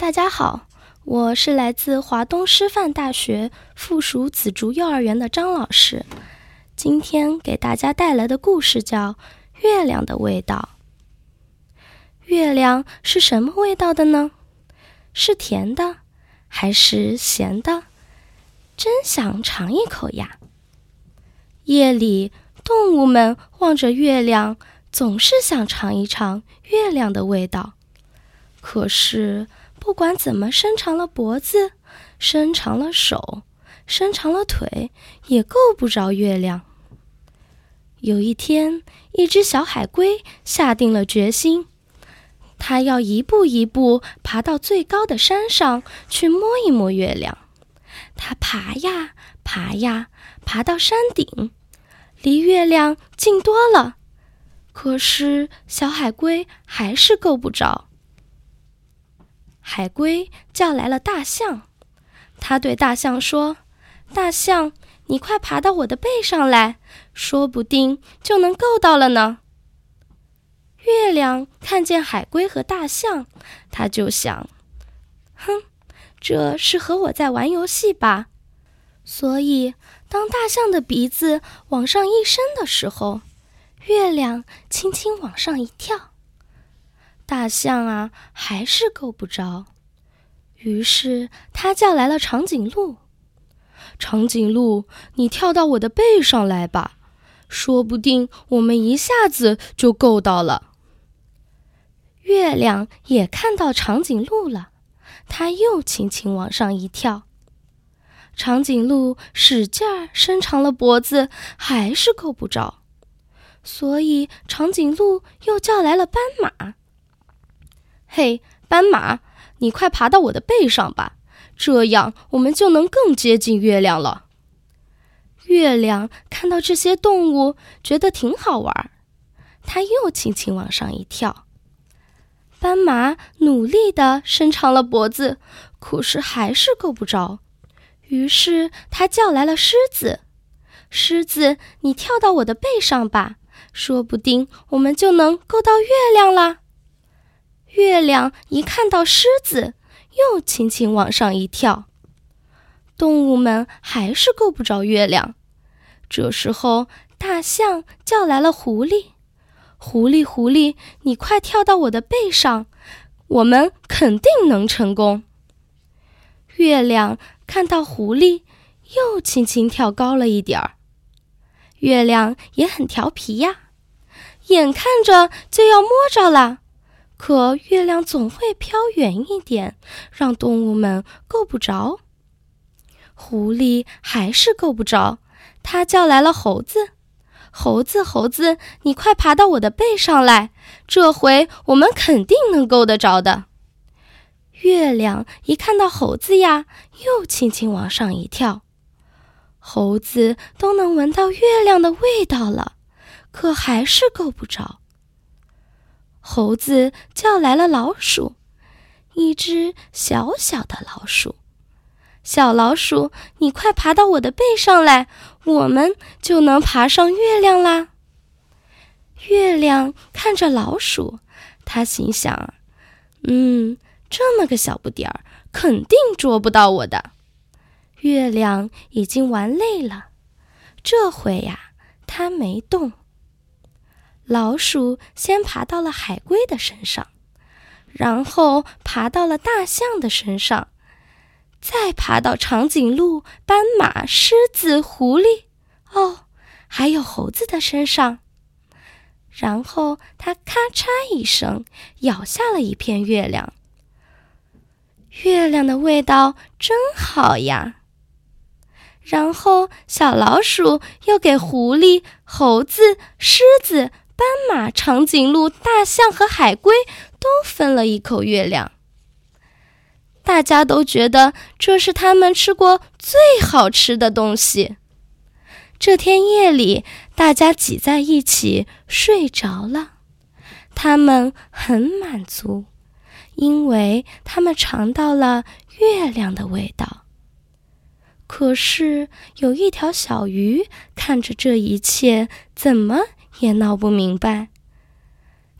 大家好，我是来自华东师范大学附属紫竹幼儿园的张老师。今天给大家带来的故事叫《月亮的味道》。月亮是什么味道的呢？是甜的还是咸的？真想尝一口呀！夜里，动物们望着月亮，总是想尝一尝月亮的味道。可是不管怎么伸长了脖子，伸长了手，伸长了腿，也够不着月亮。有一天，一只小海龟下定了决心，它要一步一步爬到最高的山上去摸一摸月亮。它爬呀爬呀，爬到山顶，离月亮近多了。可是小海龟还是够不着。海龟叫来了大象，他对大象说：“大象，你快爬到我的背上来，说不定就能够到了呢。”月亮看见海龟和大象，他就想：“哼，这是和我在玩游戏吧？”所以，当大象的鼻子往上一伸的时候，月亮轻轻往上一跳。大象啊，还是够不着。于是他叫来了长颈鹿。长颈鹿，你跳到我的背上来吧，说不定我们一下子就够到了。月亮也看到长颈鹿了，它又轻轻往上一跳。长颈鹿使劲儿伸长了脖子，还是够不着。所以长颈鹿又叫来了斑马。嘿，斑马，你快爬到我的背上吧，这样我们就能更接近月亮了。月亮看到这些动物，觉得挺好玩，它又轻轻往上一跳。斑马努力地伸长了脖子，可是还是够不着。于是它叫来了狮子。狮子，你跳到我的背上吧，说不定我们就能够到月亮了。月亮一看到狮子，又轻轻往上一跳。动物们还是够不着月亮。这时候，大象叫来了狐狸。狐狸，狐狸，你快跳到我的背上，我们肯定能成功。月亮看到狐狸，又轻轻跳高了一点儿。月亮也很调皮呀，眼看着就要摸着了。可月亮总会飘远一点，让动物们够不着。狐狸还是够不着，它叫来了猴子。猴子，猴子，你快爬到我的背上来，这回我们肯定能够得着的。月亮一看到猴子呀，又轻轻往上一跳。猴子都能闻到月亮的味道了，可还是够不着。猴子叫来了老鼠，一只小小的老鼠。小老鼠，你快爬到我的背上来，我们就能爬上月亮啦。月亮看着老鼠，他心想：这么个小不点儿，肯定捉不到我的。月亮已经玩累了，这回呀，它没动。老鼠先爬到了海龟的身上，然后爬到了大象的身上，再爬到长颈鹿、斑马、狮子、狐狸，还有猴子的身上。然后它咔嚓一声咬下了一片月亮。月亮的味道真好呀！然后小老鼠又给狐狸、猴子、狮子、斑马、长颈鹿、大象和海龟都分了一口月亮。大家都觉得这是他们吃过最好吃的东西。这天夜里，大家挤在一起睡着了。他们很满足，因为他们尝到了月亮的味道。可是有一条小鱼看着这一切，怎么也闹不明白。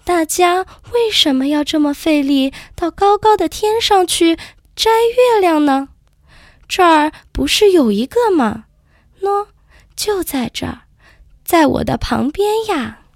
大家为什么要这么费力到高高的天上去摘月亮呢？这儿不是有一个吗？喏，就在这儿，在我的旁边呀。